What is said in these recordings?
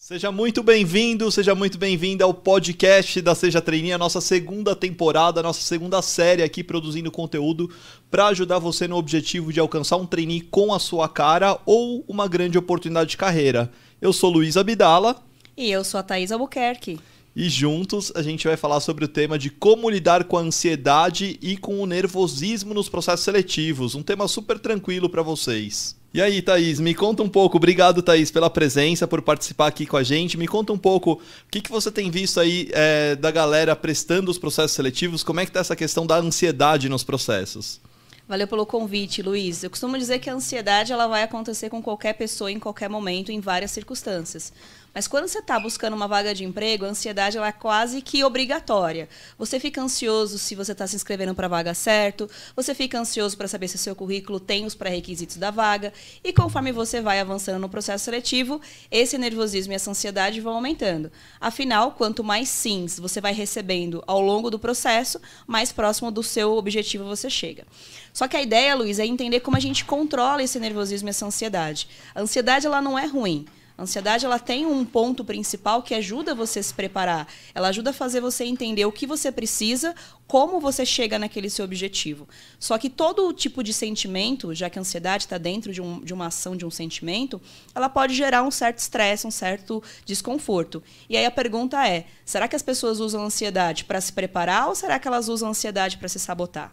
Seja muito bem-vindo, seja muito bem-vinda ao podcast da Seja Trainee, a nossa segunda temporada, a nossa segunda série aqui produzindo conteúdo para ajudar você no objetivo de alcançar um trainee com a sua cara ou uma grande oportunidade de carreira. Eu sou Luiz Abdala. E eu sou a Thaís Albuquerque. E juntos a gente vai falar sobre o tema de como lidar com a ansiedade e com o nervosismo nos processos seletivos. Um tema super tranquilo para vocês. E aí, Thaís, me conta um pouco. Obrigado, Thaís, pela presença, por participar aqui com a gente. Me conta um pouco o que você tem visto aí da galera prestando os processos seletivos. Como é que está essa questão da ansiedade nos processos? Valeu pelo convite, Luiz. Eu costumo dizer que a ansiedade ela vai acontecer com qualquer pessoa, em qualquer momento, em várias circunstâncias. Mas quando você está buscando uma vaga de emprego, a ansiedade ela é quase que obrigatória. Você fica ansioso se você está se inscrevendo para a vaga certo, você fica ansioso para saber se o seu currículo tem os pré-requisitos da vaga, e conforme você vai avançando no processo seletivo, esse nervosismo e essa ansiedade vão aumentando. Afinal, quanto mais sims você vai recebendo ao longo do processo, mais próximo do seu objetivo você chega. Só que a ideia, Luiz, é entender como a gente controla esse nervosismo e essa ansiedade. A ansiedade ela não é ruim. A ansiedade ela tem um ponto principal que ajuda você a se preparar. Ela ajuda a fazer você entender o que você precisa, como você chega naquele seu objetivo. Só que todo tipo de sentimento, já que a ansiedade está dentro de uma ação, de um sentimento, ela pode gerar um certo estresse, um certo desconforto. E aí a pergunta é, será que as pessoas usam a ansiedade para se preparar ou será que elas usam a ansiedade para se sabotar?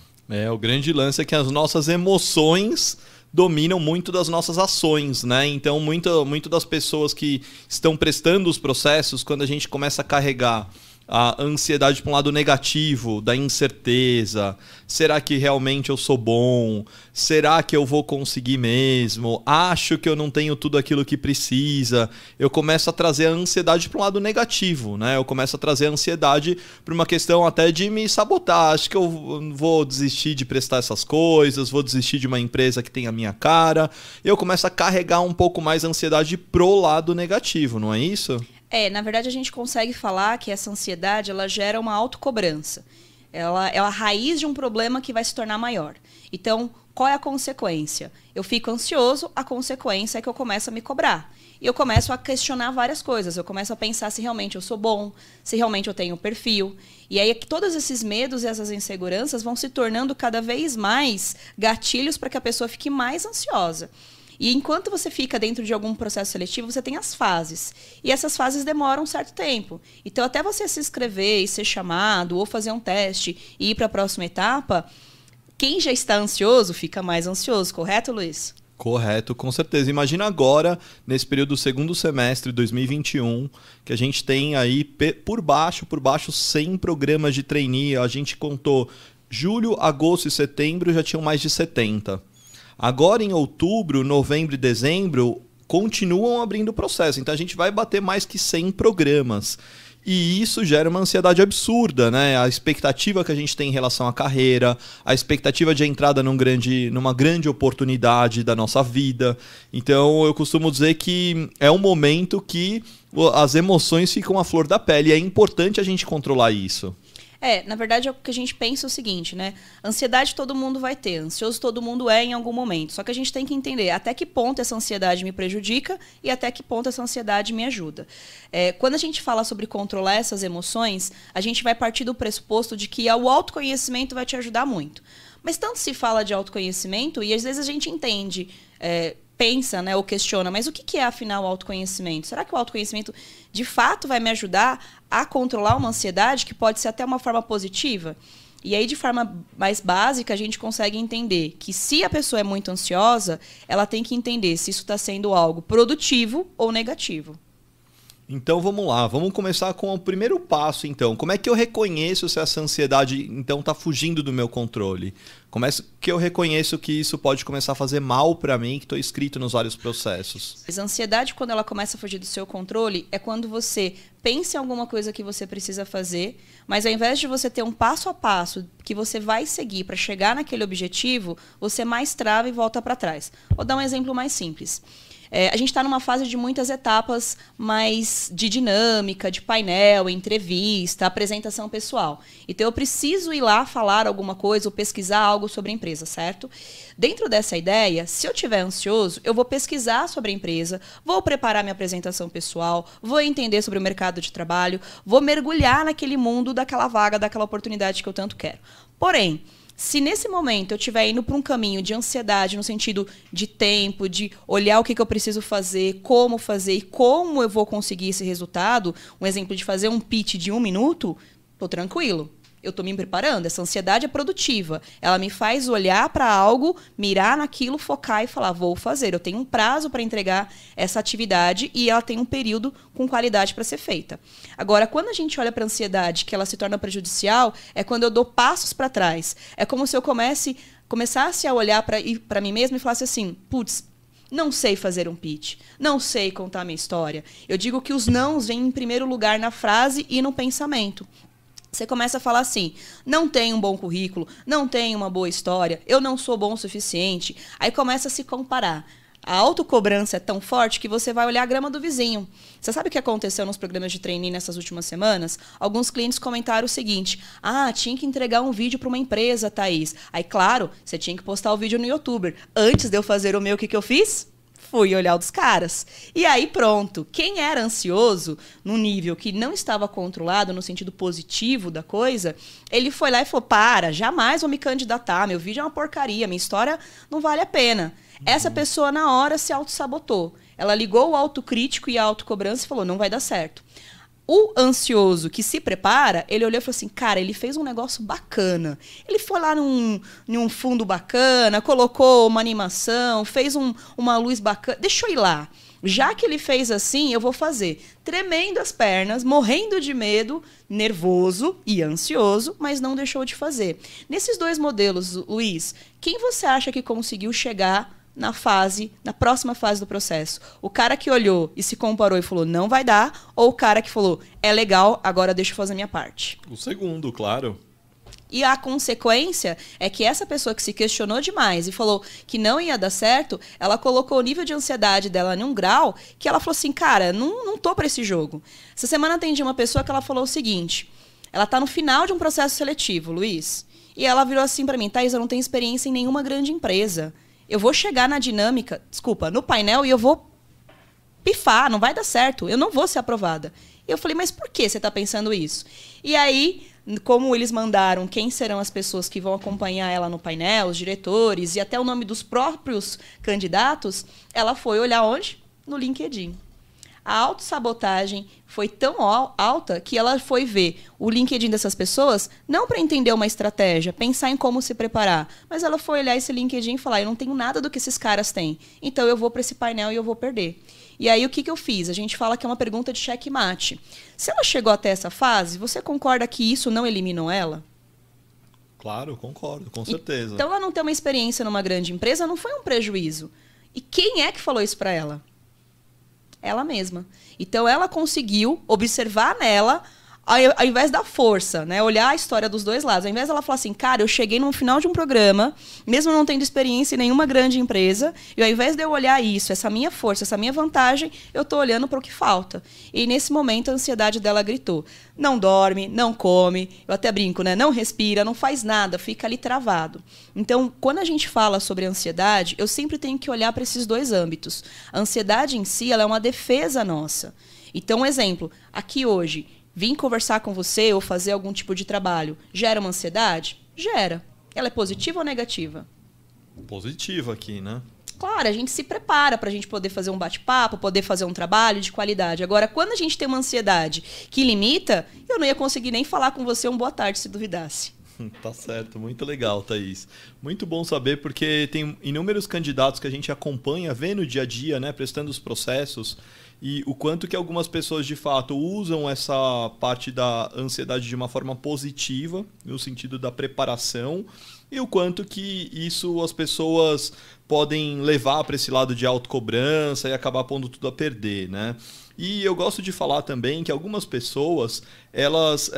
O grande lance é que as nossas emoções dominam muito das nossas ações, né? Então, muito das pessoas que estão prestando os processos, quando a gente começa a carregar a ansiedade para um lado negativo, da incerteza, será que realmente eu sou bom? Será que eu vou conseguir mesmo? Acho que eu não tenho tudo aquilo que precisa. Eu começo a trazer a ansiedade para um lado negativo, né? Eu começo a trazer a ansiedade para uma questão até de me sabotar. Acho que eu vou desistir de prestar essas coisas, vou desistir de uma empresa que tem a minha cara. Eu começo a carregar um pouco mais a ansiedade pro lado negativo, não é isso? Na verdade a gente consegue falar que essa ansiedade ela gera uma autocobrança. Ela é a raiz de um problema que vai se tornar maior. Então, qual é a consequência? Eu fico ansioso, a consequência é que eu começo a me cobrar. E eu começo a questionar várias coisas. Eu começo a pensar se realmente eu sou bom, se realmente eu tenho perfil. E aí todos esses medos e essas inseguranças vão se tornando cada vez mais gatilhos para que a pessoa fique mais ansiosa. E enquanto você fica dentro de algum processo seletivo, você tem as fases. E essas fases demoram um certo tempo. Então, até você se inscrever e ser chamado, ou fazer um teste e ir para a próxima etapa, quem já está ansioso fica mais ansioso, correto, Luiz? Correto, com certeza. Imagina agora, nesse período do segundo semestre de 2021, que a gente tem aí, por baixo, 100 programas de trainee. A gente contou julho, agosto e setembro, já tinham mais de 70. Agora, em outubro, novembro e dezembro, continuam abrindo o processo. Então, a gente vai bater mais que 100 programas. E isso gera uma ansiedade absurda, né? A expectativa que a gente tem em relação à carreira, a expectativa de entrada numa grande oportunidade da nossa vida. Então, eu costumo dizer que é um momento que as emoções ficam à flor da pele. E é importante a gente controlar isso. Na verdade, o que a gente pensa é o seguinte, né? Ansiedade todo mundo vai ter, ansioso todo mundo é em algum momento. Só que a gente tem que entender até que ponto essa ansiedade me prejudica e até que ponto essa ansiedade me ajuda. Quando a gente fala sobre controlar essas emoções, a gente vai partir do pressuposto de que o autoconhecimento vai te ajudar muito. Mas tanto se fala de autoconhecimento e às vezes a gente entende... pensa, né, ou questiona, mas o que é, afinal, o autoconhecimento? Será que o autoconhecimento, de fato, vai me ajudar a controlar uma ansiedade que pode ser até uma forma positiva? E aí, de forma mais básica, a gente consegue entender que se a pessoa é muito ansiosa, ela tem que entender se isso está sendo algo produtivo ou negativo. Então vamos lá, vamos começar com o primeiro passo então. Como é que eu reconheço se essa ansiedade então está fugindo do meu controle? Como é que eu reconheço que isso pode começar a fazer mal para mim, que estou inscrito nos vários processos? A ansiedade, quando ela começa a fugir do seu controle, é quando você pensa em alguma coisa que você precisa fazer, mas ao invés de você ter um passo a passo que você vai seguir para chegar naquele objetivo, você mais trava e volta para trás. Vou dar um exemplo mais simples. A gente está numa fase de muitas etapas mais de dinâmica, de painel, entrevista, apresentação pessoal. Então, eu preciso ir lá falar alguma coisa ou pesquisar algo sobre a empresa, certo? Dentro dessa ideia, se eu estiver ansioso, eu vou pesquisar sobre a empresa, vou preparar minha apresentação pessoal, vou entender sobre o mercado de trabalho, vou mergulhar naquele mundo daquela vaga, daquela oportunidade que eu tanto quero. Porém, se nesse momento eu estiver indo para um caminho de ansiedade, no sentido de tempo, de olhar o que eu preciso fazer e como eu vou conseguir esse resultado, um exemplo de fazer um pitch de 1 minuto, estou tranquilo. Eu estou me preparando. Essa ansiedade é produtiva. Ela me faz olhar para algo, mirar naquilo, focar e falar, vou fazer. Eu tenho um prazo para entregar essa atividade e ela tem um período com qualidade para ser feita. Agora, quando a gente olha para a ansiedade, que ela se torna prejudicial, é quando eu dou passos para trás. É como se eu começasse a olhar para mim mesma e falasse assim, putz, não sei fazer um pitch, não sei contar minha história. Eu digo que os nãos vêm em primeiro lugar na frase e no pensamento. Você começa a falar assim, não tenho um bom currículo, não tenho uma boa história, eu não sou bom o suficiente. Aí começa a se comparar. A autocobrança é tão forte que você vai olhar a grama do vizinho. Você sabe o que aconteceu nos programas de trainee nessas últimas semanas? Alguns clientes comentaram o seguinte, tinha que entregar um vídeo para uma empresa, Thaís. Aí, claro, você tinha que postar o vídeo no YouTube. Antes de eu fazer o meu, o que eu fiz? Fui olhar o dos caras. E aí, pronto. Quem era ansioso, num nível que não estava controlado, no sentido positivo da coisa, ele foi lá e falou, jamais vou me candidatar, meu vídeo é uma porcaria, minha história não vale a pena. Essa pessoa, na hora, se autossabotou. Ela ligou o autocrítico e a autocobrança e falou, não vai dar certo. O ansioso que se prepara, ele olhou e falou assim, cara, ele fez um negócio bacana. Ele foi lá num fundo bacana, colocou uma animação, fez uma luz bacana. Deixa eu ir lá. Já que ele fez assim, eu vou fazer. Tremendo as pernas, morrendo de medo, nervoso e ansioso, mas não deixou de fazer. Nesses dois modelos, Luiz, quem você acha que conseguiu chegar na próxima fase do processo? O cara que olhou e se comparou e falou, não vai dar, ou o cara que falou, é legal, agora deixa eu fazer a minha parte? O segundo, claro. E a consequência é que essa pessoa que se questionou demais e falou que não ia dar certo, ela colocou o nível de ansiedade dela num grau que ela falou assim, cara, não tô para esse jogo. Essa semana atendi uma pessoa que ela falou o seguinte, ela tá no final de um processo seletivo, Luiz, e ela virou assim para mim, Thaís, eu não tenho experiência em nenhuma grande empresa. Eu vou chegar na dinâmica, no painel, e eu vou pifar, não vai dar certo, eu não vou ser aprovada. E eu falei, mas por que você está pensando isso? E aí, como eles mandaram quem serão as pessoas que vão acompanhar ela no painel, os diretores e até o nome dos próprios candidatos, ela foi olhar onde? No LinkedIn. A autossabotagem foi tão alta que ela foi ver o LinkedIn dessas pessoas, não para entender uma estratégia, pensar em como se preparar, mas ela foi olhar esse LinkedIn e falar, eu não tenho nada do que esses caras têm, então eu vou para esse painel e eu vou perder. E aí o que eu fiz? A gente fala que é uma pergunta de checkmate. Se ela chegou até essa fase, você concorda que isso não eliminou ela? Claro, concordo, com certeza. Então ela não ter uma experiência numa grande empresa não foi um prejuízo. E quem é que falou isso para ela? Ela mesma. Então, ela conseguiu observar nela, ao invés da força, né? Olhar a história dos dois lados. Ao invés dela falar assim, cara, eu cheguei no final de um programa, mesmo não tendo experiência em nenhuma grande empresa, e ao invés de eu olhar isso, essa minha força, essa minha vantagem, eu estou olhando para o que falta. E nesse momento, a ansiedade dela gritou. Não dorme, não come, eu até brinco, né? Não respira, não faz nada, fica ali travado. Então, quando a gente fala sobre ansiedade, eu sempre tenho que olhar para esses dois âmbitos. A ansiedade em si, ela é uma defesa nossa. Então, um exemplo, aqui hoje, vim conversar com você ou fazer algum tipo de trabalho, gera uma ansiedade? Gera. Ela é positiva ou negativa? Positiva aqui, né? Claro, a gente se prepara para a gente poder fazer um bate-papo, poder fazer um trabalho de qualidade. Agora, quando a gente tem uma ansiedade que limita, eu não ia conseguir nem falar com você boa tarde se duvidasse. Tá certo, muito legal, Thaís. Muito bom saber, porque tem inúmeros candidatos que a gente acompanha, vê no dia a dia, né, prestando os processos, e o quanto que algumas pessoas, de fato, usam essa parte da ansiedade de uma forma positiva, no sentido da preparação, e o quanto que isso as pessoas podem levar para esse lado de autocobrança e acabar pondo tudo a perder, né? E eu gosto de falar também que algumas pessoas, elas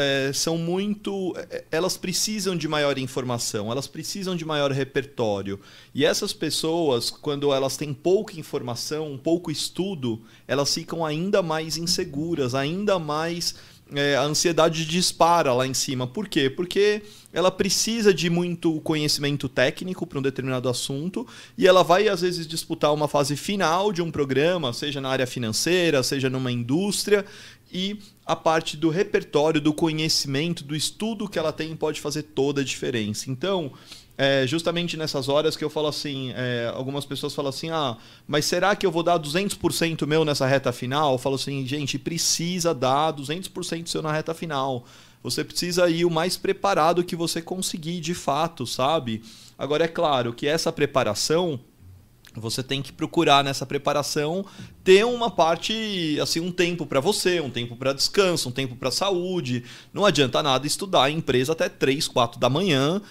elas precisam de maior informação, elas precisam de maior repertório. E essas pessoas, quando elas têm pouca informação, pouco estudo, elas ficam ainda mais inseguras, ainda mais... a ansiedade dispara lá em cima. Por quê? Porque ela precisa de muito conhecimento técnico para um determinado assunto e ela vai, às vezes, disputar uma fase final de um programa, seja na área financeira, seja numa indústria, e a parte do repertório, do conhecimento, do estudo que ela tem pode fazer toda a diferença. Então... justamente nessas horas que eu falo assim, algumas pessoas falam assim, mas será que eu vou dar 200% meu nessa reta final? Eu falo assim, gente, precisa dar 200% seu na reta final. Você precisa ir o mais preparado que você conseguir de fato, sabe? Agora, é claro que essa preparação... Você tem que procurar nessa preparação ter uma parte, assim, um tempo para você, um tempo para descanso, um tempo para saúde. Não adianta nada estudar em empresa até 3, 4 da manhã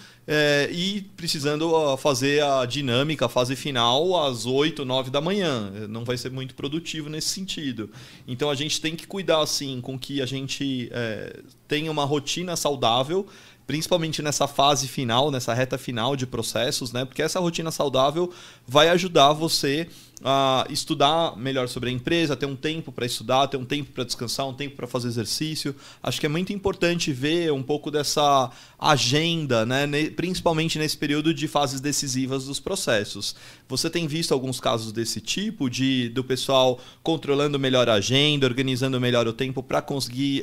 e precisando fazer a dinâmica, a fase final às 8, 9 da manhã. Não vai ser muito produtivo nesse sentido. Então a gente tem que cuidar assim com que a gente tenha uma rotina saudável, principalmente nessa fase final, nessa reta final de processos, né? Porque essa rotina saudável vai ajudar você a estudar melhor sobre a empresa, ter um tempo para estudar, ter um tempo para descansar, um tempo para fazer exercício. Acho que é muito importante ver um pouco dessa agenda, né? Principalmente nesse período de fases decisivas dos processos. Você tem visto alguns casos desse tipo, do pessoal controlando melhor a agenda, organizando melhor o tempo para conseguir...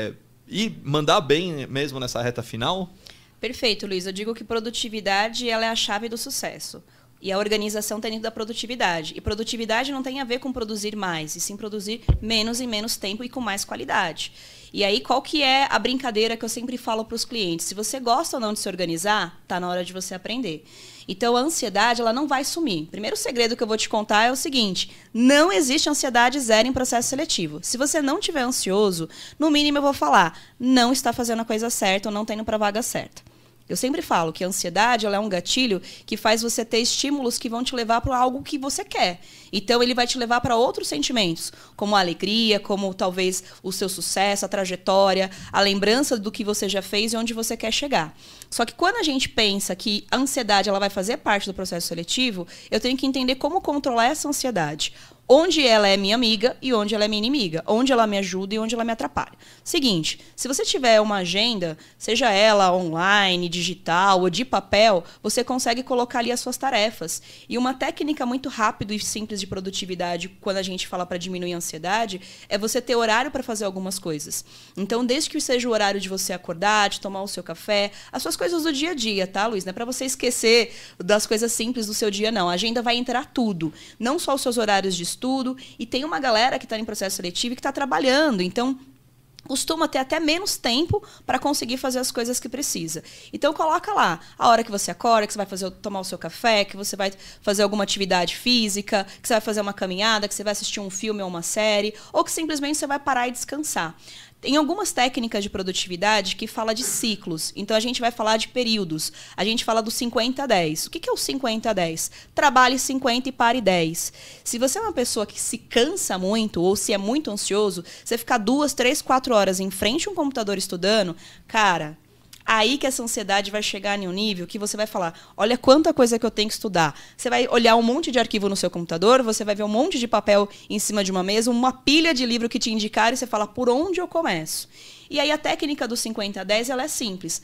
e mandar bem mesmo nessa reta final? Perfeito, Luiz. Eu digo que produtividade ela é a chave do sucesso. E a organização está dentro da produtividade. E produtividade não tem a ver com produzir mais, e sim produzir menos em menos tempo e com mais qualidade. E aí, qual que é a brincadeira que eu sempre falo para os clientes? Se você gosta ou não de se organizar, está na hora de você aprender. Então, a ansiedade ela não vai sumir. Primeiro segredo que eu vou te contar é o seguinte: não existe ansiedade zero em processo seletivo. Se você não estiver ansioso, no mínimo eu vou falar, não está fazendo a coisa certa ou não está indo para a vaga certa. Eu sempre falo que a ansiedade ela é um gatilho que faz você ter estímulos que vão te levar para algo que você quer. Então, ele vai te levar para outros sentimentos, como a alegria, como talvez o seu sucesso, a trajetória, a lembrança do que você já fez e onde você quer chegar. Só que quando a gente pensa que a ansiedade ela vai fazer parte do processo seletivo, eu tenho que entender como controlar essa ansiedade. Onde ela é minha amiga e onde ela é minha inimiga. Onde ela me ajuda e onde ela me atrapalha. Seguinte, se você tiver uma agenda, seja ela online, digital ou de papel, você consegue colocar ali as suas tarefas. E uma técnica muito rápida e simples de produtividade, quando a gente fala para diminuir a ansiedade, é você ter horário para fazer algumas coisas. Então, desde que seja o horário de você acordar, de tomar o seu café, as suas coisas do dia a dia, tá, Luiz? Não é para você esquecer das coisas simples do seu dia, não. A agenda vai entrar tudo. Não só os seus horários de estudo, e tem uma galera que está em processo seletivo e que está trabalhando, então costuma ter até menos tempo para conseguir fazer as coisas que precisa. Então coloca lá a hora que você acorda, que você vai tomar o seu café, que você vai fazer alguma atividade física, que você vai fazer uma caminhada, que você vai assistir um filme ou uma série, ou que simplesmente você vai parar e descansar. Tem algumas técnicas de produtividade que fala de ciclos. Então, a gente vai falar de períodos. A gente fala do 50-10. O que é o 50-10? Trabalhe 50 e pare 10. Se você é uma pessoa que se cansa muito ou se é muito ansioso, você ficar 2, 3, 4 horas em frente a um computador estudando, cara... Aí que essa ansiedade vai chegar em um nível que você vai falar, olha quanta coisa que eu tenho que estudar. Você vai olhar um monte de arquivo no seu computador, você vai ver um monte de papel em cima de uma mesa, uma pilha de livro que te indicar e você fala, por onde eu começo? E aí a técnica do 50-10 ela é simples.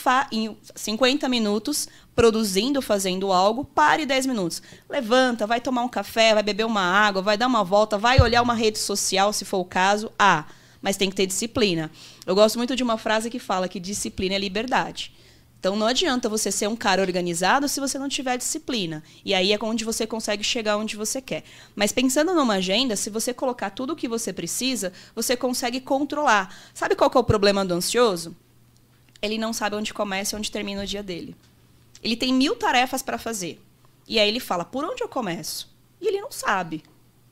Em 50 minutos, produzindo, fazendo algo, pare 10 minutos. Levanta, vai tomar um café, vai beber uma água, vai dar uma volta, vai olhar uma rede social, se for o caso. Mas tem que ter disciplina. Eu gosto muito de uma frase que fala que disciplina é liberdade. Então, não adianta você ser um cara organizado se você não tiver disciplina. E aí é onde você consegue chegar onde você quer. Mas pensando numa agenda, se você colocar tudo o que você precisa, você consegue controlar. Sabe qual que é o problema do ansioso? Ele não sabe onde começa e onde termina o dia dele. Ele tem 1000 tarefas para fazer. E aí ele fala, por onde eu começo? E ele não sabe.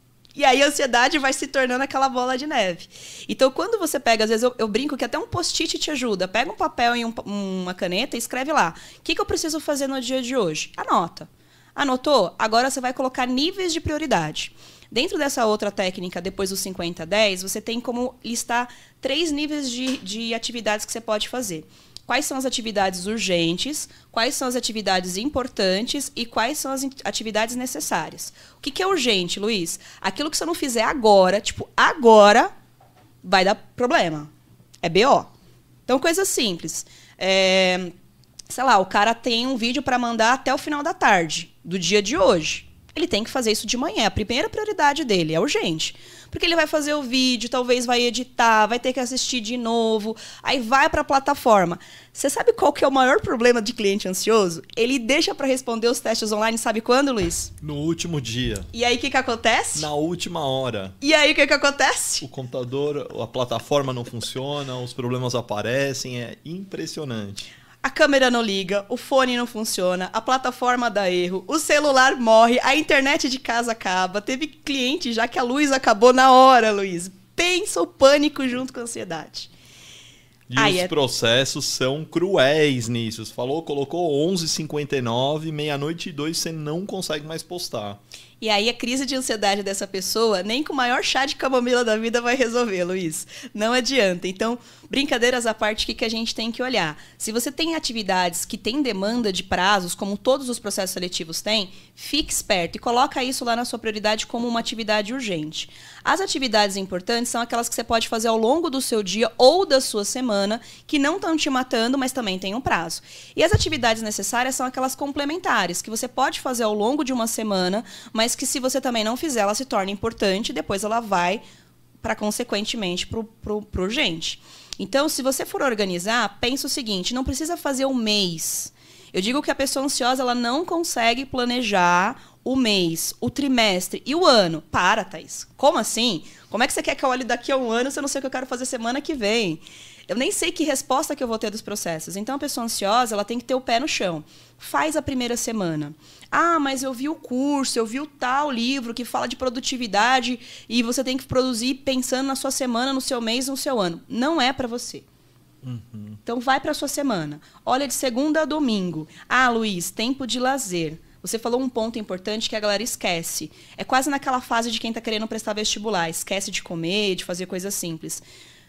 E aí a ansiedade vai se tornando aquela bola de neve. Então, quando você pega, às vezes eu brinco que até um post-it te ajuda. Pega um papel e uma caneta e escreve lá. O que eu preciso fazer no dia de hoje? Anota. Anotou? Agora você vai colocar níveis de prioridade. Dentro dessa outra técnica, depois do 50-10, você tem como listar 3 níveis de atividades que você pode fazer. Quais são as atividades urgentes, quais são as atividades importantes e quais são as atividades necessárias. O que é urgente, Luiz? Aquilo que você não fizer agora, tipo, agora, vai dar problema. É BO. Então, coisa simples. Sei lá, o cara tem um vídeo para mandar até o final da tarde, do dia de hoje. Ele tem que fazer isso de manhã. A primeira prioridade dele é urgente. Porque ele vai fazer o vídeo, talvez vai editar, vai ter que assistir de novo, aí vai para a plataforma. Você sabe qual que é o maior problema de cliente ansioso? Ele deixa para responder os testes online, sabe quando, Luiz? No último dia. E aí o que acontece? Na última hora. E aí o que acontece? O computador, a plataforma não funciona, os problemas aparecem, é impressionante. A câmera não liga, o fone não funciona, a plataforma dá erro, o celular morre, a internet de casa acaba. Teve cliente já que a luz acabou na hora, Luiz. Pensa o pânico junto com a ansiedade. E os processos são cruéis nisso. Você falou, colocou 11h59, meia-noite e 2, você não consegue mais postar. E aí a crise de ansiedade dessa pessoa, nem com o maior chá de camomila da vida vai resolver, Luiz. Não adianta. Então, brincadeiras à parte, o que a gente tem que olhar? Se você tem atividades que têm demanda de prazos, como todos os processos seletivos têm, fique esperto e coloca isso lá na sua prioridade como uma atividade urgente. As atividades importantes são aquelas que você pode fazer ao longo do seu dia ou da sua semana, que não estão te matando, mas também têm um prazo. E as atividades necessárias são aquelas complementares, que você pode fazer ao longo de uma semana, mas que se você também não fizer, ela se torna importante e depois ela vai, consequentemente, para o urgente. Então, se você for organizar, pensa o seguinte, não precisa fazer um mês. Eu digo que a pessoa ansiosa ela não consegue planejar o mês, o trimestre e o ano. Para, Thaís. Como assim? Como é que você quer que eu olhe daqui a um ano se eu não sei o que eu quero fazer semana que vem? Eu nem sei que resposta que eu vou ter dos processos. Então, a pessoa ansiosa ela tem que ter o pé no chão. Faz a primeira semana. Ah, mas eu vi o curso, eu vi o tal livro que fala de produtividade e você tem que produzir pensando na sua semana, no seu mês, no seu ano. Não é para você. Uhum. Então, vai para a sua semana. Olha de segunda a domingo. Ah, Luiz, tempo de lazer. Você falou um ponto importante que a galera esquece. É quase naquela fase de quem está querendo prestar vestibular. Esquece de comer, de fazer coisas simples.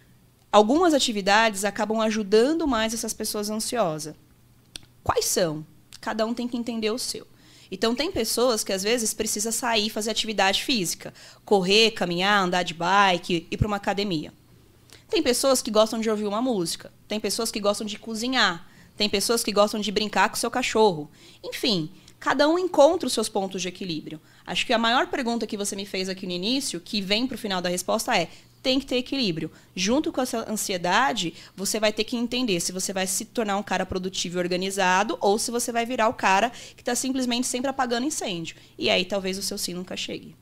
Algumas atividades acabam ajudando mais essas pessoas ansiosas. Quais são? Cada um tem que entender o seu. Então, tem pessoas que, às vezes, precisam sair e fazer atividade física. Correr, caminhar, andar de bike, ir para uma academia. Tem pessoas que gostam de ouvir uma música. Tem pessoas que gostam de cozinhar. Tem pessoas que gostam de brincar com o seu cachorro. Enfim, cada um encontra os seus pontos de equilíbrio. Acho que a maior pergunta que você me fez aqui no início, que vem para o final da resposta é: tem que ter equilíbrio. Junto com essa ansiedade, você vai ter que entender se você vai se tornar um cara produtivo e organizado ou se você vai virar o cara que está simplesmente sempre apagando incêndio. E aí talvez o seu sim nunca chegue.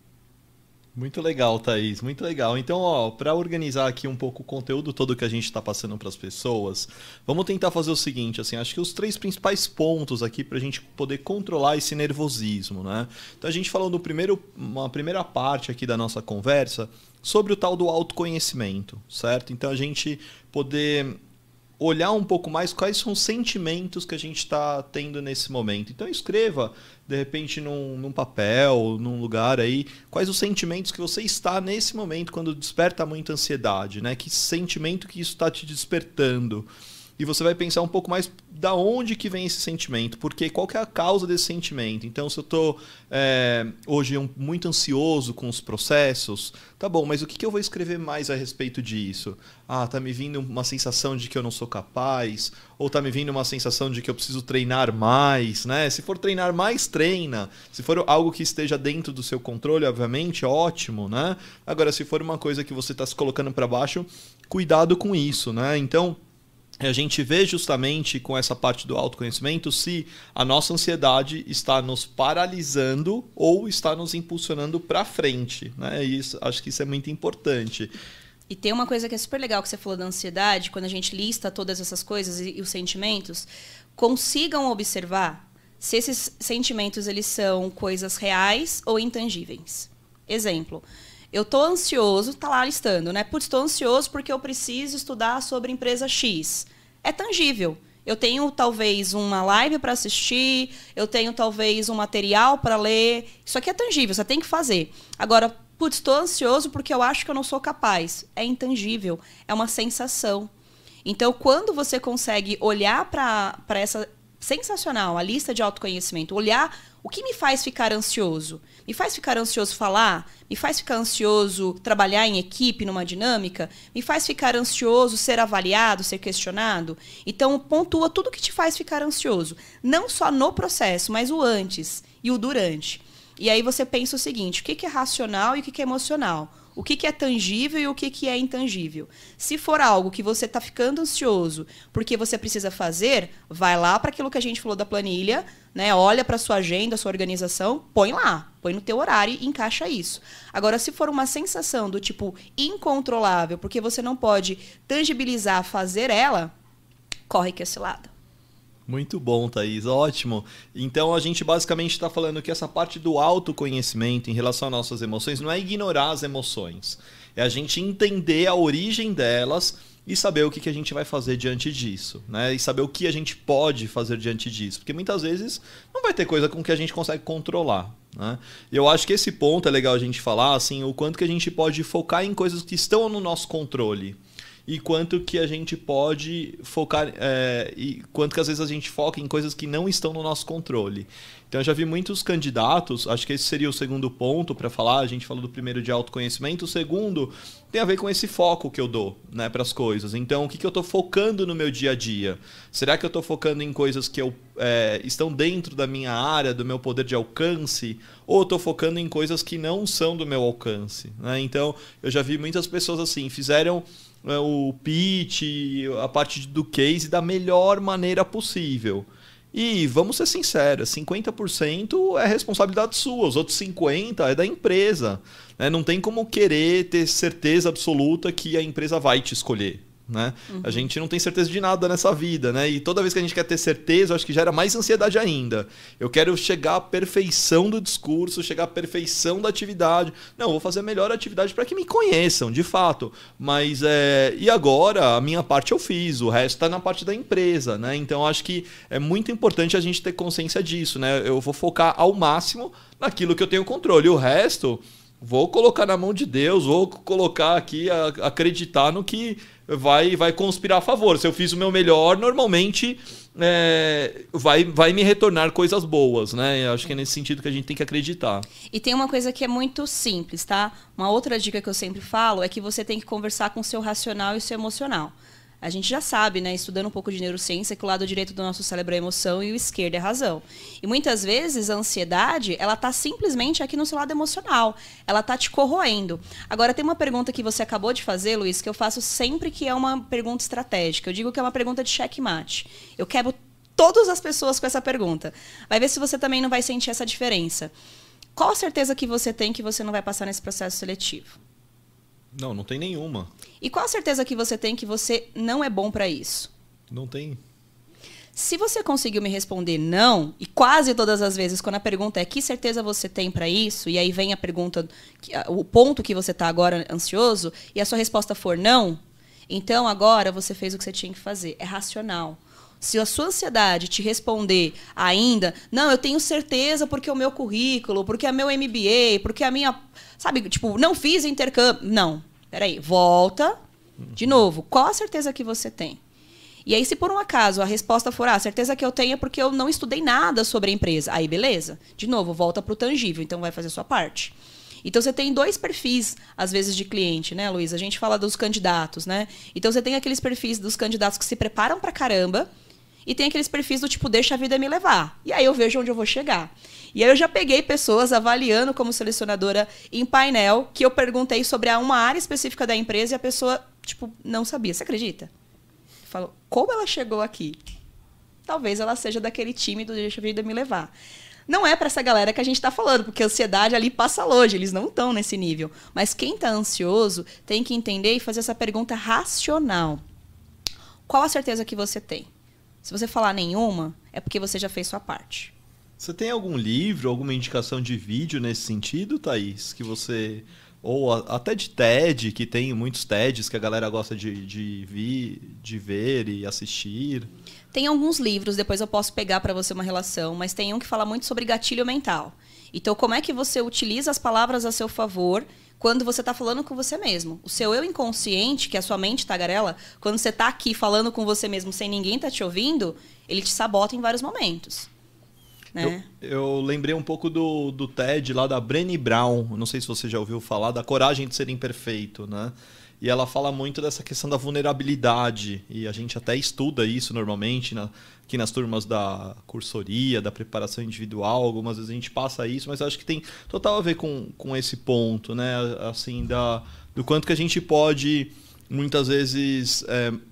Muito legal, Thaís, muito legal. Então, para organizar aqui um pouco o conteúdo todo que a gente está passando para as pessoas, vamos tentar fazer o seguinte, assim, acho que os 3 principais pontos aqui para a gente poder controlar esse nervosismo, né? Então, a gente falou uma primeira parte aqui da nossa conversa sobre o tal do autoconhecimento, certo? Então, a gente poder olhar um pouco mais quais são os sentimentos que a gente está tendo nesse momento. Então, escreva, de repente, num papel, num lugar aí, quais os sentimentos que você está nesse momento quando desperta muita ansiedade, né? Que sentimento que isso está te despertando. E você vai pensar um pouco mais da onde que vem esse sentimento, porque qual que é a causa desse sentimento. Então, se eu estou hoje muito ansioso com os processos, tá bom, mas o que eu vou escrever mais a respeito disso? Ah, tá me vindo uma sensação de que eu não sou capaz, ou tá me vindo uma sensação de que eu preciso treinar mais, né? Se for treinar mais, treina. Se for algo que esteja dentro do seu controle, obviamente, ótimo, né? Agora, se for uma coisa que você está se colocando para baixo, cuidado com isso, né? Então, a gente vê justamente com essa parte do autoconhecimento se a nossa ansiedade está nos paralisando ou está nos impulsionando para frente, né? E acho que isso é muito importante. E tem uma coisa que é super legal que você falou da ansiedade, quando a gente lista todas essas coisas e os sentimentos, consigam observar se esses sentimentos eles são coisas reais ou intangíveis. Exemplo, eu estou ansioso, tá lá listando, né? Putz, estou ansioso porque eu preciso estudar sobre empresa X. É tangível. Eu tenho, talvez, uma live para assistir, eu tenho, talvez, um material para ler. Isso aqui é tangível, você tem que fazer. Agora, putz, estou ansioso porque eu acho que eu não sou capaz. É intangível, é uma sensação. Então, quando você consegue olhar para essa sensacional, a lista de autoconhecimento, olhar o que me faz ficar ansioso. Me faz ficar ansioso falar? Me faz ficar ansioso trabalhar em equipe, numa dinâmica? Me faz ficar ansioso ser avaliado, ser questionado? Então, pontua tudo que te faz ficar ansioso. Não só no processo, mas o antes e o durante. E aí você pensa o seguinte, o que é racional e o que é emocional? O que é tangível e o que é intangível? Se for algo que você está ficando ansioso porque você precisa fazer, vai lá para aquilo que a gente falou da planilha, né? Olha para a sua agenda, a sua organização, põe lá, põe no teu horário e encaixa isso. Agora, se for uma sensação do tipo incontrolável, porque você não pode tangibilizar, fazer ela, corre que é cilada. Muito bom, Thaís. Ótimo. Então, a gente basicamente está falando que essa parte do autoconhecimento em relação às nossas emoções não é ignorar as emoções. É a gente entender a origem delas e saber o que a gente vai fazer diante disso, né? E saber o que a gente pode fazer diante disso. Porque muitas vezes não vai ter coisa com que a gente consegue controlar, né? E eu acho que esse ponto é legal a gente falar, assim, o quanto que a gente pode focar em coisas que estão no nosso controle. E quanto que a gente pode focar, e quanto que às vezes a gente foca em coisas que não estão no nosso controle. Então eu já vi muitos candidatos, acho que esse seria o segundo ponto para falar, a gente falou do primeiro de autoconhecimento, o segundo tem a ver com esse foco que eu dou, né, para as coisas. Então o que eu estou focando no meu dia a dia? Será que eu estou focando em coisas que estão dentro da minha área, do meu poder de alcance? Ou estou focando em coisas que não são do meu alcance, né? Então eu já vi muitas pessoas assim, fizeram o pitch, a parte do case da melhor maneira possível. E vamos ser sinceros, 50% é responsabilidade sua, os outros 50% é da empresa, né? Não tem como querer ter certeza absoluta que a empresa vai te escolher, né? Uhum. A gente não tem certeza de nada nessa vida, né? E toda vez que a gente quer ter certeza, eu acho que gera mais ansiedade ainda. Eu quero chegar à perfeição do discurso, chegar à perfeição da atividade. Não, vou fazer a melhor atividade para que me conheçam, de fato. Mas, e agora, a minha parte eu fiz, o resto está na parte da empresa, né? Então, acho que é muito importante a gente ter consciência disso, né? Eu vou focar ao máximo naquilo que eu tenho controle. O resto, vou colocar na mão de Deus, vou colocar aqui, acreditar no que vai conspirar a favor. Se eu fiz o meu melhor, normalmente vai me retornar coisas boas, né? Eu acho que é nesse sentido que a gente tem que acreditar. E tem uma coisa que é muito simples, tá? Uma outra dica que eu sempre falo é que você tem que conversar com o seu racional e o seu emocional. A gente já sabe, né, estudando um pouco de neurociência, que o lado direito do nosso cérebro é a emoção e o esquerdo é a razão. E muitas vezes a ansiedade, ela está simplesmente aqui no seu lado emocional. Ela está te corroendo. Agora, tem uma pergunta que você acabou de fazer, Luiz, que eu faço sempre que é uma pergunta estratégica. Eu digo que é uma pergunta de checkmate. Eu quebro todas as pessoas com essa pergunta. Vai ver se você também não vai sentir essa diferença. Qual a certeza que você tem que você não vai passar nesse processo seletivo? Não tem nenhuma. E qual a certeza que você tem que você não é bom para isso? Não tem. Se você conseguiu me responder não, e quase todas as vezes, quando a pergunta é que certeza você tem para isso, e aí vem a pergunta, o ponto que você está agora ansioso, e a sua resposta for não, então agora você fez o que você tinha que fazer. É racional. Se a sua ansiedade te responder ainda, não, eu tenho certeza porque o meu currículo, porque é meu MBA, porque a minha... Sabe, tipo, não fiz intercâmbio. Não, peraí, volta. De novo, qual a certeza que você tem? E aí, se por um acaso a resposta for, a certeza que eu tenho é porque eu não estudei nada sobre a empresa. Aí, beleza. De novo, volta para o tangível, então vai fazer a sua parte. Então, você tem dois perfis, às vezes, de cliente, né, Luiz? A gente fala dos candidatos, né? Então, você tem aqueles perfis dos candidatos que se preparam pra caramba e tem aqueles perfis do tipo, deixa a vida me levar. E aí eu vejo onde eu vou chegar. E aí eu já peguei pessoas avaliando como selecionadora em painel, que eu perguntei sobre uma área específica da empresa e a pessoa, tipo, não sabia. Você acredita? Falou, como ela chegou aqui? Talvez ela seja daquele time do deixa a vida me levar. Não é para essa galera que a gente está falando, porque a ansiedade ali passa longe, eles não estão nesse nível. Mas quem está ansioso tem que entender e fazer essa pergunta racional. Qual a certeza que você tem? Se você falar nenhuma, é porque você já fez sua parte. Você tem algum livro, alguma indicação de vídeo nesse sentido, Thaís? Que você... Ou até de TED, que tem muitos TEDs que a galera gosta de ver e assistir. Tem alguns livros, depois eu posso pegar para você uma relação, mas tem um que fala muito sobre gatilho mental. Então, como é que você utiliza as palavras a seu favor quando você está falando com você mesmo. O seu eu inconsciente, que é a sua mente tagarela, quando você está aqui falando com você mesmo sem ninguém tá te ouvindo, ele te sabota em vários momentos. Né? Eu lembrei um pouco do TED lá da Brené Brown, não sei se você já ouviu falar, da coragem de ser imperfeito, né? E ela fala muito dessa questão da vulnerabilidade, e a gente até estuda isso normalmente aqui nas turmas da cursoria, da preparação individual, algumas vezes a gente passa isso, mas acho que tem total a ver com esse ponto, né? Assim, do quanto que a gente pode, muitas vezes,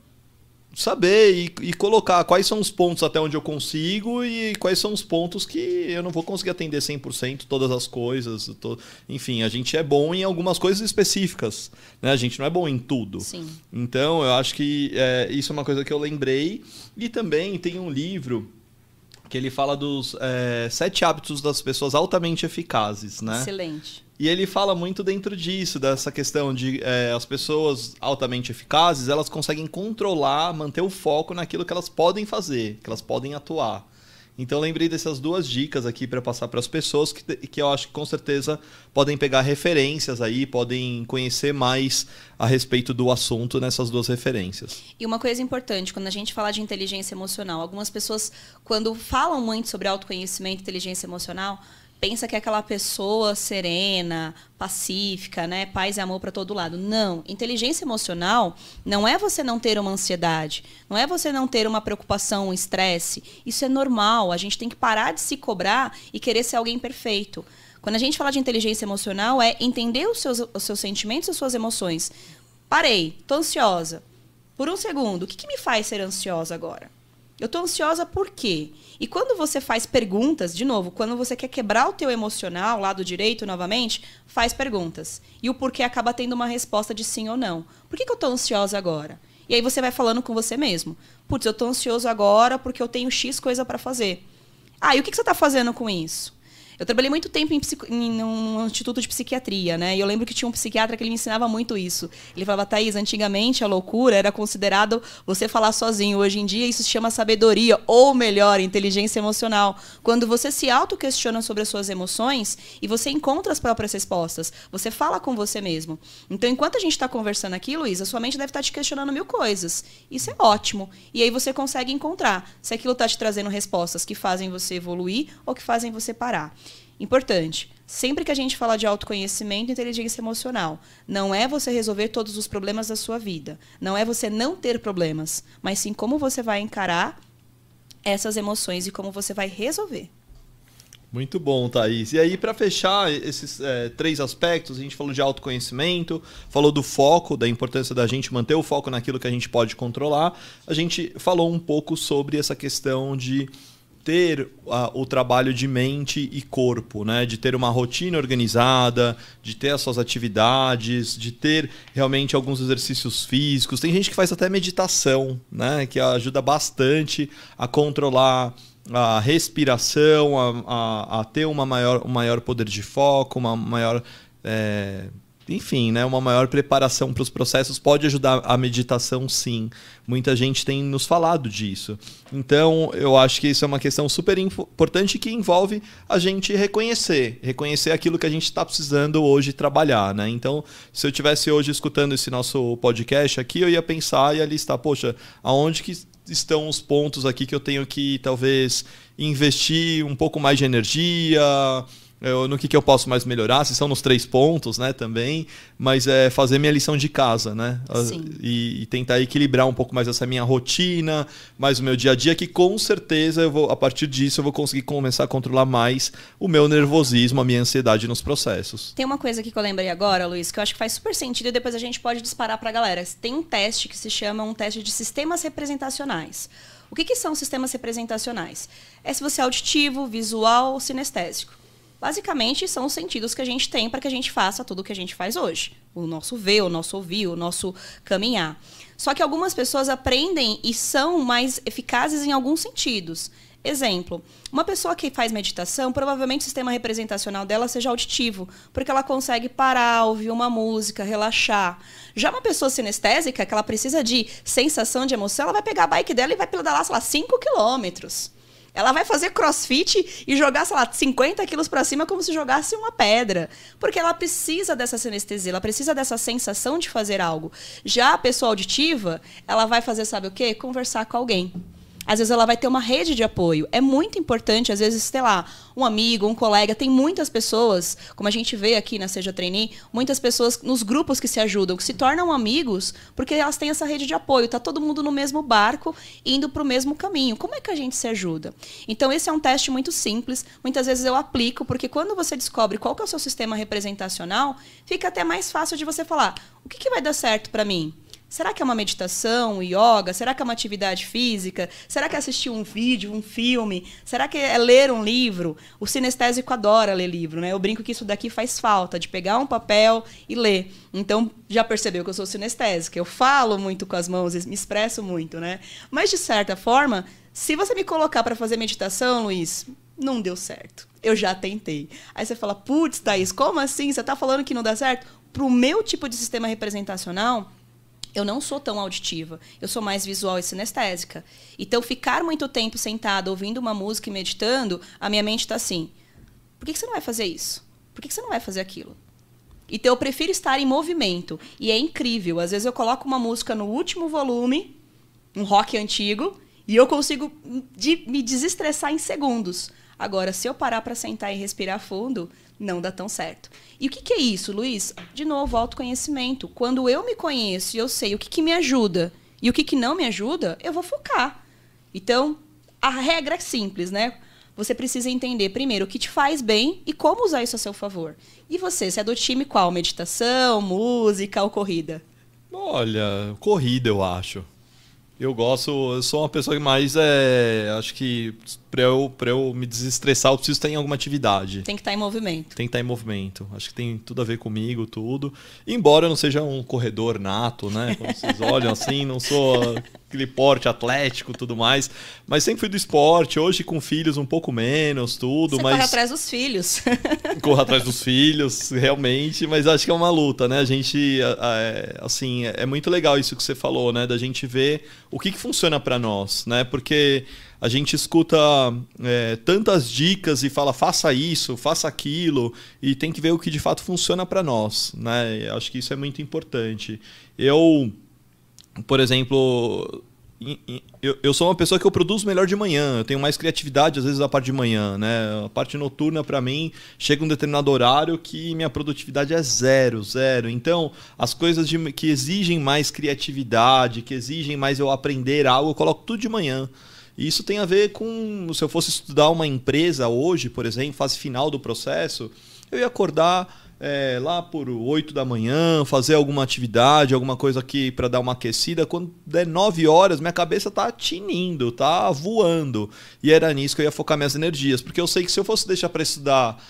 saber e colocar quais são os pontos até onde eu consigo e quais são os pontos que eu não vou conseguir atender 100% todas as coisas. Enfim, a gente é bom em algumas coisas específicas, né? A gente não é bom em tudo. Sim. Então, eu acho que isso é uma coisa que eu lembrei. E também tem um livro que ele fala dos 7 hábitos das pessoas altamente eficazes, né? Excelente. E ele fala muito dentro disso, dessa questão de as pessoas altamente eficazes, elas conseguem controlar, manter o foco naquilo que elas podem fazer, que elas podem atuar. Então, lembrei dessas 2 dicas aqui para passar para as pessoas que eu acho que com certeza podem pegar referências aí, podem conhecer mais a respeito do assunto nessas 2 referências. E uma coisa importante, quando a gente fala de inteligência emocional, algumas pessoas, quando falam muito sobre autoconhecimento e inteligência emocional, pensa que é aquela pessoa serena, pacífica, né? Paz e amor para todo lado. Não. Inteligência emocional não é você não ter uma ansiedade, não é você não ter uma preocupação, um estresse. Isso é normal. A gente tem que parar de se cobrar e querer ser alguém perfeito. Quando a gente fala de inteligência emocional, é entender os seus sentimentos e as suas emoções. Parei, tô ansiosa. Por um segundo, o que me faz ser ansiosa agora? Eu estou ansiosa por quê? E quando você faz perguntas, de novo, quando você quer quebrar o teu emocional, lado direito novamente, faz perguntas. E o porquê acaba tendo uma resposta de sim ou não. Por que eu estou ansiosa agora? E aí você vai falando com você mesmo. Putz, eu estou ansioso agora porque eu tenho X coisa para fazer. Ah, e o que você está fazendo com isso? Eu trabalhei muito tempo em um instituto de psiquiatria, né? E eu lembro que tinha um psiquiatra que ele me ensinava muito isso. Ele falava, Thaís, antigamente a loucura era considerado você falar sozinho. Hoje em dia isso se chama sabedoria, ou melhor, inteligência emocional. Quando você se auto-questiona sobre as suas emoções e você encontra as próprias respostas. Você fala com você mesmo. Então, enquanto a gente está conversando aqui, Luiz, a sua mente deve estar te questionando 1000 coisas. Isso é ótimo. E aí você consegue encontrar se aquilo está te trazendo respostas que fazem você evoluir ou que fazem você parar. Importante, sempre que a gente fala de autoconhecimento e inteligência emocional, não é você resolver todos os problemas da sua vida, não é você não ter problemas, mas sim como você vai encarar essas emoções e como você vai resolver. Muito bom, Thaís. E aí, para fechar esses 3 aspectos, a gente falou de autoconhecimento, falou do foco, da importância da gente manter o foco naquilo que a gente pode controlar, a gente falou um pouco sobre essa questão de ter o trabalho de mente e corpo, né? De ter uma rotina organizada, de ter as suas atividades, de ter realmente alguns exercícios físicos. Tem gente que faz até meditação, né? Que ajuda bastante a controlar a respiração, a ter um maior poder de foco, uma maior... enfim, né, uma maior preparação para os processos pode ajudar a meditação, sim. Muita gente tem nos falado disso. Então, eu acho que isso é uma questão super importante que envolve a gente reconhecer aquilo que a gente está precisando hoje trabalhar, né? Então, se eu estivesse hoje escutando esse nosso podcast aqui, eu ia pensar e ia listar, poxa, aonde que estão os pontos aqui que eu tenho que, talvez, investir um pouco mais de energia... no que eu posso mais melhorar, se são nos 3 pontos, né, também, mas é fazer minha lição de casa, né? E tentar equilibrar um pouco mais essa minha rotina, mais o meu dia a dia, que com certeza a partir disso eu vou conseguir começar a controlar mais o meu nervosismo, a minha ansiedade nos processos. Tem uma coisa aqui que eu lembrei agora, Luiz, que eu acho que faz super sentido e depois a gente pode disparar pra galera. Tem um teste que se chama um teste de sistemas representacionais. O que são sistemas representacionais? É se você é auditivo, visual ou sinestésico. Basicamente, são os sentidos que a gente tem para que a gente faça tudo o que a gente faz hoje. O nosso ver, o nosso ouvir, o nosso caminhar. Só que algumas pessoas aprendem e são mais eficazes em alguns sentidos. Exemplo, uma pessoa que faz meditação, provavelmente o sistema representacional dela seja auditivo, porque ela consegue parar, ouvir uma música, relaxar. Já uma pessoa sinestésica, que ela precisa de sensação de emoção, ela vai pegar a bike dela e vai pedalar, sei lá, 5 quilômetros. Ela vai fazer crossfit e jogar, sei lá, 50 quilos pra cima como se jogasse uma pedra. Porque ela precisa dessa sinestesia, ela precisa dessa sensação de fazer algo. Já a pessoa auditiva, ela vai fazer, sabe o quê? Conversar com alguém. Às vezes ela vai ter uma rede de apoio. É muito importante, às vezes, sei lá, um amigo, um colega. Tem muitas pessoas, como a gente vê aqui na Seja Trainee, muitas pessoas nos grupos que se ajudam, que se tornam amigos, porque elas têm essa rede de apoio. Tá todo mundo no mesmo barco, indo para o mesmo caminho. Como é que a gente se ajuda? Então, esse é um teste muito simples. Muitas vezes eu aplico, porque quando você descobre qual que é o seu sistema representacional, fica até mais fácil de você falar, o que vai dar certo para mim? Será que é uma meditação, um yoga? Será que é uma atividade física? Será que é assistir um vídeo, um filme? Será que é ler um livro? O sinestésico adora ler livro, né? Eu brinco que isso daqui faz falta, de pegar um papel e ler. Então, já percebeu que eu sou sinestésica. Eu falo muito com as mãos, me expresso muito, né? Mas, de certa forma, se você me colocar para fazer meditação, Luiz, não deu certo. Eu já tentei. Aí você fala, putz, Thaís, como assim? Você está falando que não dá certo? Para o meu tipo de sistema representacional, eu não sou tão auditiva, eu sou mais visual e sinestésica. Então, ficar muito tempo sentada, ouvindo uma música e meditando, a minha mente está assim, por que você não vai fazer isso? Por que você não vai fazer aquilo? Então, eu prefiro estar em movimento. E é incrível. Às vezes, eu coloco uma música no último volume, um rock antigo, e eu consigo me desestressar em segundos. Agora, se eu parar para sentar e respirar fundo, não dá tão certo. E o que é isso, Luiz? De novo, autoconhecimento. Quando eu me conheço e eu sei o que me ajuda e o que não me ajuda, eu vou focar. Então, a regra é simples, né? Você precisa entender, primeiro, o que te faz bem e como usar isso a seu favor. E você é do time qual? Meditação, música ou corrida? Olha, corrida, eu acho. Eu sou uma pessoa que mais acho que pra eu me desestressar, eu preciso estar em alguma atividade. Tem que estar em movimento. Tem que estar em movimento. Acho que tem tudo a ver comigo, tudo. Embora eu não seja um corredor nato, né? Como vocês olham assim, não sou aquele porte atlético e tudo mais. Mas sempre fui do esporte, hoje com filhos um pouco menos, tudo. Você corre atrás dos filhos. Corro atrás dos filhos, realmente, mas acho que é uma luta, né? A gente, assim, é muito legal isso que você falou, né? Da gente ver o que funciona para nós, né? Porque a gente escuta tantas dicas e fala, faça isso, faça aquilo, e tem que ver o que de fato funciona para nós, né? Acho que isso é muito importante. Eu, por exemplo, eu sou uma pessoa que eu produzo melhor de manhã, eu tenho mais criatividade às vezes da parte de manhã, né? A parte noturna para mim chega um determinado horário que minha produtividade é zero. Então, as coisas que exigem mais criatividade, que exigem mais eu aprender algo, eu coloco tudo de manhã. E isso tem a ver com, se eu fosse estudar uma empresa hoje, por exemplo, fase final do processo, eu ia acordar lá por 8 da manhã, fazer alguma atividade, alguma coisa aqui para dar uma aquecida. Quando der 9 horas, minha cabeça tá tinindo, tá voando. E era nisso que eu ia focar minhas energias. Porque eu sei que se eu fosse deixar para estudar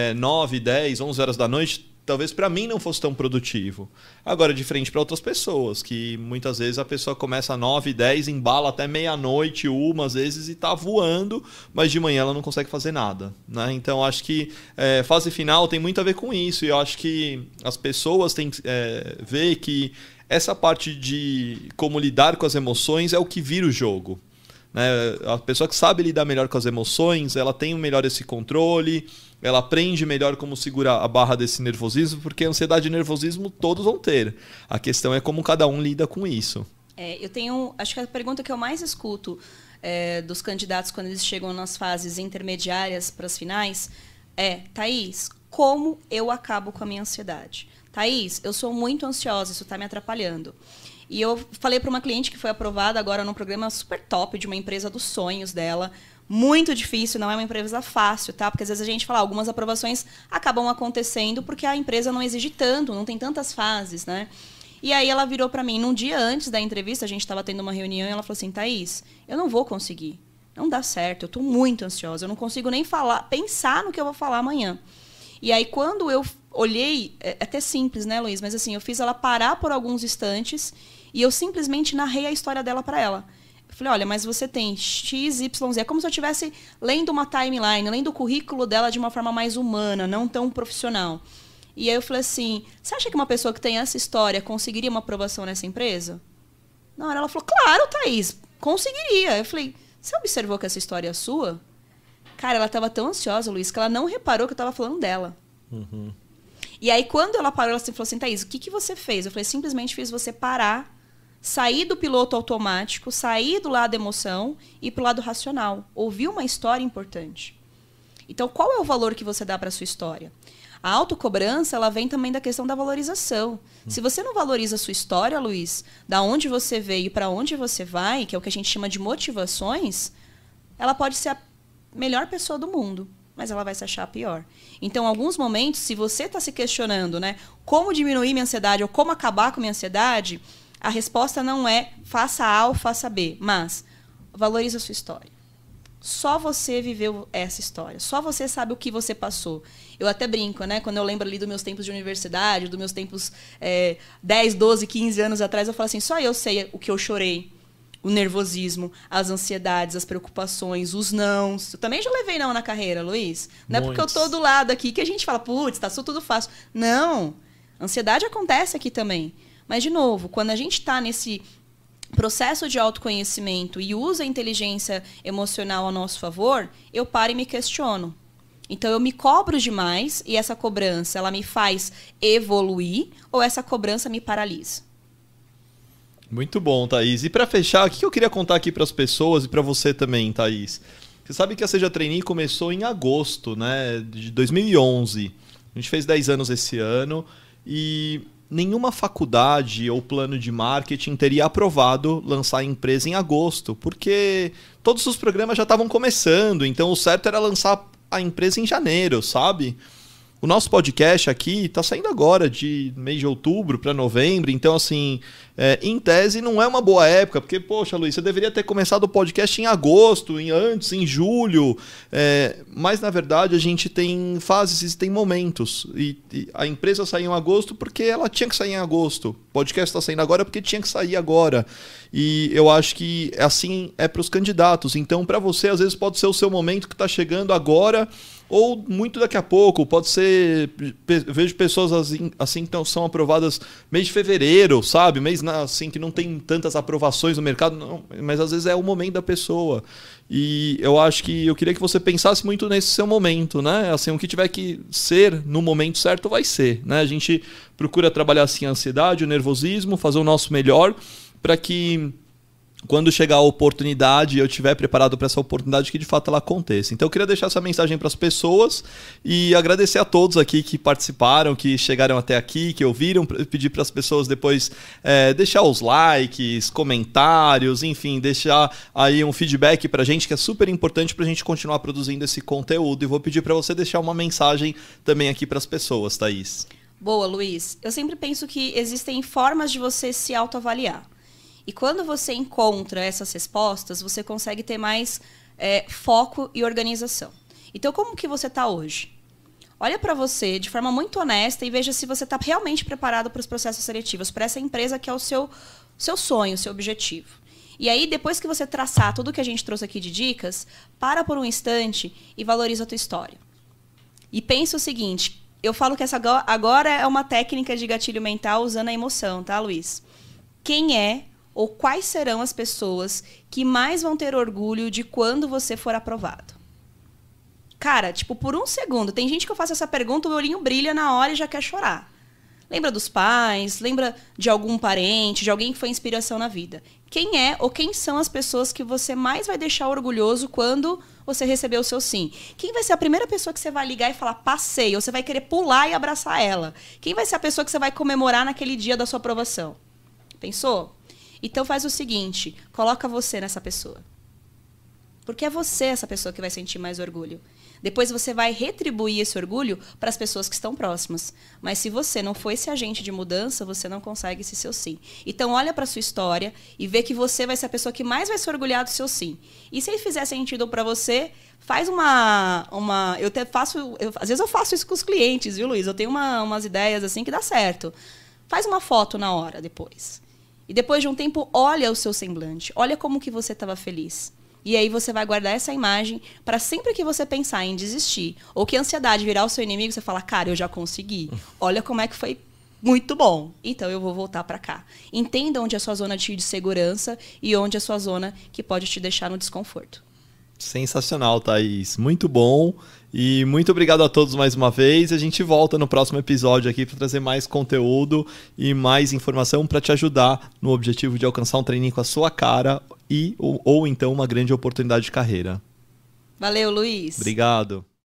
9, 10, 11 horas da noite, talvez para mim não fosse tão produtivo. Agora, de frente para outras pessoas, que muitas vezes a pessoa começa às 9, 10, embala até meia-noite, às vezes, e tá voando, mas de manhã ela não consegue fazer nada, né? Então, acho que fase final tem muito a ver com isso, e eu acho que as pessoas têm que ver que essa parte de como lidar com as emoções é o que vira o jogo. Né? A pessoa que sabe lidar melhor com as emoções, ela tem melhor esse controle, ela aprende melhor como segurar a barra desse nervosismo, porque ansiedade e nervosismo todos vão ter. A questão é como cada um lida com isso. Acho que a pergunta que eu mais escuto dos candidatos quando eles chegam nas fases intermediárias para as finais é, Thaís, como eu acabo com a minha ansiedade? Thaís, eu sou muito ansiosa, isso está me atrapalhando. E eu falei para uma cliente que foi aprovada agora num programa super top de uma empresa dos sonhos dela. Muito difícil, não é uma empresa fácil, tá? Porque às vezes a gente fala, algumas aprovações acabam acontecendo porque a empresa não exige tanto, não tem tantas fases, né? E aí ela virou para mim, num dia antes da entrevista, a gente estava tendo uma reunião, e ela falou assim, Thaís, eu não vou conseguir, não dá certo, eu estou muito ansiosa, eu não consigo nem pensar no que eu vou falar amanhã. E aí quando eu olhei, é até simples, né, Luiz? Mas assim, eu fiz ela parar por alguns instantes e eu simplesmente narrei a história dela para ela. Eu falei, olha, mas você tem X, Y, Z. É como se eu estivesse lendo uma timeline, lendo o currículo dela de uma forma mais humana, não tão profissional. E aí eu falei assim, você acha que uma pessoa que tem essa história conseguiria uma aprovação nessa empresa? Na hora ela falou, claro, Thaís, conseguiria. Eu falei, Você observou que essa história é sua? Cara, ela estava tão ansiosa, Luiz, que ela não reparou que eu estava falando dela. Uhum. E aí, quando ela parou, ela falou assim, Thaís, o que você fez? Eu falei, simplesmente fiz você parar, sair do piloto automático, sair do lado da emoção e ir pro lado racional. Ouvir uma história importante. Então, qual é o valor que você dá para a sua história? A autocobrança, ela vem também da questão da valorização. Se você não valoriza a sua história, Luiz, da onde você veio e para onde você vai, que é o que a gente chama de motivações, ela pode ser a melhor pessoa do mundo, mas ela vai se achar pior. Então, em alguns momentos, se você está se questionando, né, como diminuir minha ansiedade ou como acabar com minha ansiedade, a resposta não é faça A ou faça B, mas valorize a sua história. Só você viveu essa história. Só você sabe o que você passou. Eu até brinco, né? Quando eu lembro ali dos meus tempos de universidade, dos meus tempos 10, 12, 15 anos atrás, eu falo assim, só eu sei o que eu chorei. O nervosismo, as ansiedades, as preocupações, os nãos. Eu também já levei não na carreira, Luiz. Não é porque eu tô do lado aqui que a gente fala, putz, tá tudo fácil. Não. Ansiedade acontece aqui também. Mas, de novo, quando a gente tá nesse processo de autoconhecimento e usa a inteligência emocional a nosso favor, eu paro e me questiono. Então, eu me cobro demais e essa cobrança ela me faz evoluir ou essa cobrança me paralisa? Muito bom, Thaís. E para fechar, o que eu queria contar aqui para as pessoas e para você também, Thaís? Você sabe que a Seja Trainee começou em agosto, né, de 2011. A gente fez 10 anos esse ano e nenhuma faculdade ou plano de marketing teria aprovado lançar a empresa em agosto, porque todos os programas já estavam começando, então o certo era lançar a empresa em janeiro, sabe? O nosso podcast aqui está saindo agora, de mês de outubro para novembro, então assim, em tese não é uma boa época, porque, poxa, Luiz, você deveria ter começado o podcast em agosto, antes, em julho, mas na verdade a gente tem fases e tem momentos, e a empresa saiu em agosto porque ela tinha que sair em agosto, o podcast está saindo agora porque tinha que sair agora, e eu acho que assim é para os candidatos, então para você às vezes pode ser o seu momento que está chegando agora, ou muito daqui a pouco, pode ser, vejo pessoas assim que são aprovadas mês de fevereiro, sabe? Mês assim que não tem tantas aprovações no mercado, não, mas às vezes é o momento da pessoa. E eu acho que eu queria que você pensasse muito nesse seu momento, né? Assim, o que tiver que ser no momento certo vai ser, né? A gente procura trabalhar assim a ansiedade, o nervosismo, fazer o nosso melhor para que quando chegar a oportunidade, eu estiver preparado para essa oportunidade, que de fato ela aconteça. Então eu queria deixar essa mensagem para as pessoas e agradecer a todos aqui que participaram, que chegaram até aqui, que ouviram, pedir para as pessoas depois deixar os likes, comentários, enfim, deixar aí um feedback para a gente, que é super importante para a gente continuar produzindo esse conteúdo. E vou pedir para você deixar uma mensagem também aqui para as pessoas, Thaís. Boa, Luiz. Eu sempre penso que existem formas de você se autoavaliar. E quando você encontra essas respostas, você consegue ter mais foco e organização. Então, como que você está hoje? Olha para você de forma muito honesta e veja se você está realmente preparado para os processos seletivos, para essa empresa que é o seu sonho, o seu objetivo. E aí, depois que você traçar tudo que a gente trouxe aqui de dicas, para por um instante e valoriza a tua história. E pensa o seguinte, eu falo que essa agora é uma técnica de gatilho mental usando a emoção, tá, Luiz? Quem é ou quais serão as pessoas que mais vão ter orgulho de quando você for aprovado? Cara, tipo, por um segundo, tem gente que eu faço essa pergunta, o olhinho brilha na hora e já quer chorar. Lembra dos pais? Lembra de algum parente, de alguém que foi inspiração na vida? Quem é ou quem são as pessoas que você mais vai deixar orgulhoso quando você receber o seu sim? Quem vai ser a primeira pessoa que você vai ligar e falar passei? Ou você vai querer pular e abraçar ela? Quem vai ser a pessoa que você vai comemorar naquele dia da sua aprovação? Pensou? Então faz o seguinte, coloca você nessa pessoa. Porque é você essa pessoa que vai sentir mais orgulho. Depois você vai retribuir esse orgulho para as pessoas que estão próximas. Mas se você não for esse agente de mudança, você não consegue esse seu sim. Então olha para a sua história e vê que você vai ser a pessoa que mais vai se orgulhar do seu sim. E se ele fizer sentido para você, faz às vezes eu faço isso com os clientes, viu, Luiz? Eu tenho umas ideias assim que dá certo. Faz uma foto na hora depois. E depois de um tempo, olha o seu semblante. Olha como que você estava feliz. E aí você vai guardar essa imagem para sempre que você pensar em desistir, ou que a ansiedade virar o seu inimigo, você fala, cara, eu já consegui. Olha como é que foi muito bom. Então eu vou voltar para cá. Entenda onde é a sua zona de segurança e onde é a sua zona que pode te deixar no desconforto. Sensacional, Thaís. Muito bom. E muito obrigado a todos mais uma vez. A gente volta no próximo episódio aqui para trazer mais conteúdo e mais informação para te ajudar no objetivo de alcançar um treininho com a sua cara ou então uma grande oportunidade de carreira. Valeu, Luiz. Obrigado.